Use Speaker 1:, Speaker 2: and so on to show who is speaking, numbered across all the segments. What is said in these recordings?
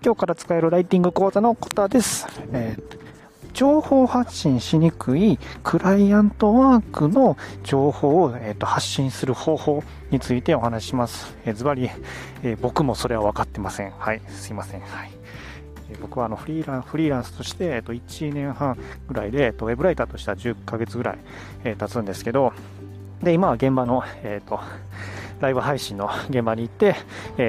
Speaker 1: 今日から使えるライティング講座のコタです。情報発信しにくいクライアントワークの情報を、発信する方法についてお話しします。ズバリ、僕もそれは分かってません。はい、すいません。はい。僕はフリーランスとして、1年半ぐらいで、ウェブライターとしては10ヶ月ぐらい、経つんですけど、で、今は現場の、ライブ配信の現場に行って、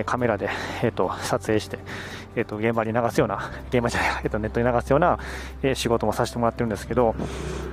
Speaker 1: カメラで、撮影して、現場に流すような、ネットに流すような、仕事もさせてもらってるんですけど、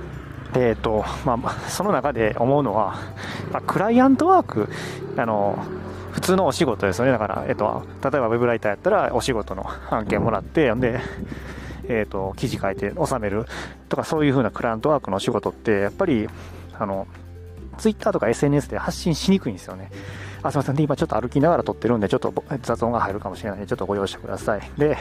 Speaker 1: その中で思うのは、クライアントワーク、普通のお仕事ですよね。だから、例えばウェブライターやったらお仕事の案件もらって、で、記事書いて収めるとか、そういう風なクライアントワークのお仕事って、やっぱり、ツイッターとか SNS で発信しにくいんですよね。すみません。今ちょっと歩きながら撮ってるんで、ちょっと雑音が入るかもしれないので、ちょっとご容赦ください。で、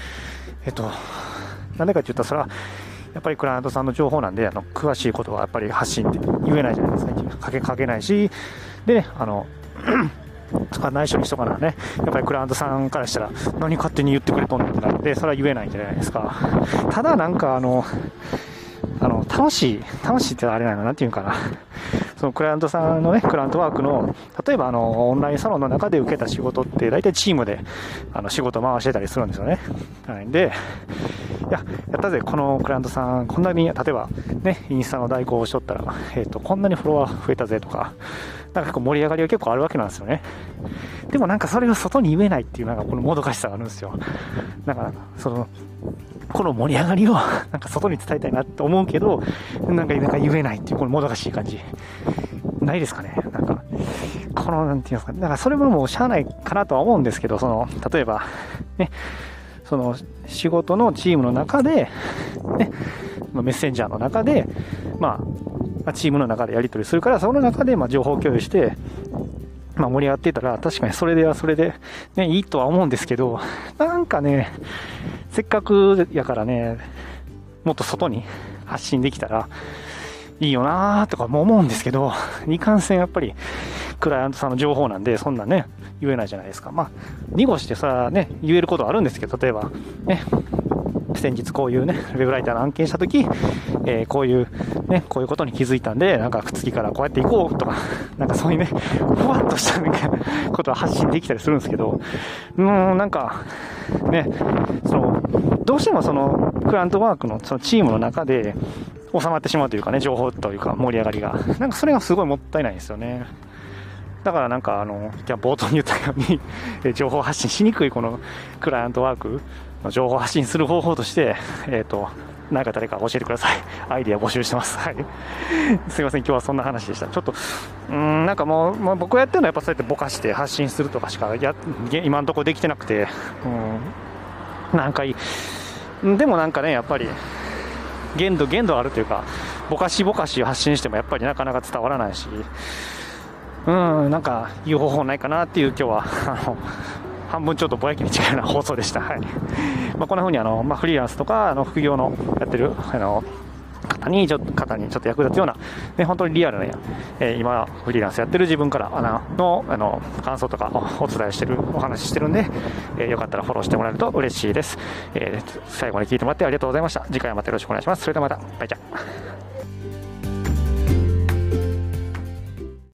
Speaker 1: なんでかって言ったら、それは、やっぱりクライアントさんの情報なんで、詳しいことはやっぱり発信って言えないじゃないですか。書けないし、でね、内緒にしとかなね、やっぱりクライアントさんからしたら、何勝手に言ってくれとんねんってなって、それは言えないんじゃないですか。ただなんか楽しいってあれなの、なんていうかな。そのクライアントさんのね、クライアントワークの、例えばオンラインサロンの中で受けた仕事って、大体チームで仕事回してたりするんですよね。はい。で、やったぜ、このクライアントさん、こんなに、例えばね、インスタの代行をしとったら、こんなにフォロワー増えたぜとか、なんか結構盛り上がりが結構あるわけなんですよね。でもなんかそれを外に言えないっていう、なんかこのもどかしさがあるんですよ。だから、この盛り上がりをなんか外に伝えたいなって思うけど、なんか言えないっていうこのもどかしい感じないですかね。なんかなんていうんですか、なんかそれももうしゃあないかなとは思うんですけど、例えばね、仕事のチームの中でね、メッセンジャーの中でチームの中でやり取りするから、その中で情報共有して盛り上がっていたら、確かにそれでね、いいとは思うんですけど、なんかね、せっかくやからね、もっと外に発信できたらいいよなーとかも思うんですけど、いかんせんやっぱりクライアントさんの情報なんで、そんなね、言えないじゃないですか。濁してさね、言えることはあるんですけど、例えばね、先日こういうね、ウェブライターの案件したとき、こういうことに気づいたんで、なんか次からこうやっていこうとか、なんかそういうね、ふわっとしたことは発信できたりするんですけど、なんか、ね、どうしてもクライアントワークのチームの中で収まってしまうというかね、情報というか盛り上がりが、なんかそれがすごいもったいないんですよね。だからなんか冒頭に言ったように、情報発信しにくいこのクライアントワークの情報発信する方法として、なんか誰か教えてください。アイディア募集してます。はい。すいません、今日はそんな話でした。ちょっと、なんかもう僕がやってるのはやっぱそうやってぼかして発信するとかしか今のところできてなくて、でもなんかね、やっぱり、限度あるというか、ぼかし発信してもやっぱりなかなか伝わらないし、なんか言う方法ないかなっていう今日は、半分ちょっとぼやきに近いような放送でした。はい。こんな風にフリーランスとか副業のやってる方にちょっと役立つような、ね、本当にリアルな、今フリーランスやってる自分からの感想とかお伝えしてるお話ししてるんで、よかったらフォローしてもらえると嬉しいです。最後まで聞いてもらってありがとうございました。次回はまたよろしくお願いします。それではまた。バイチャ。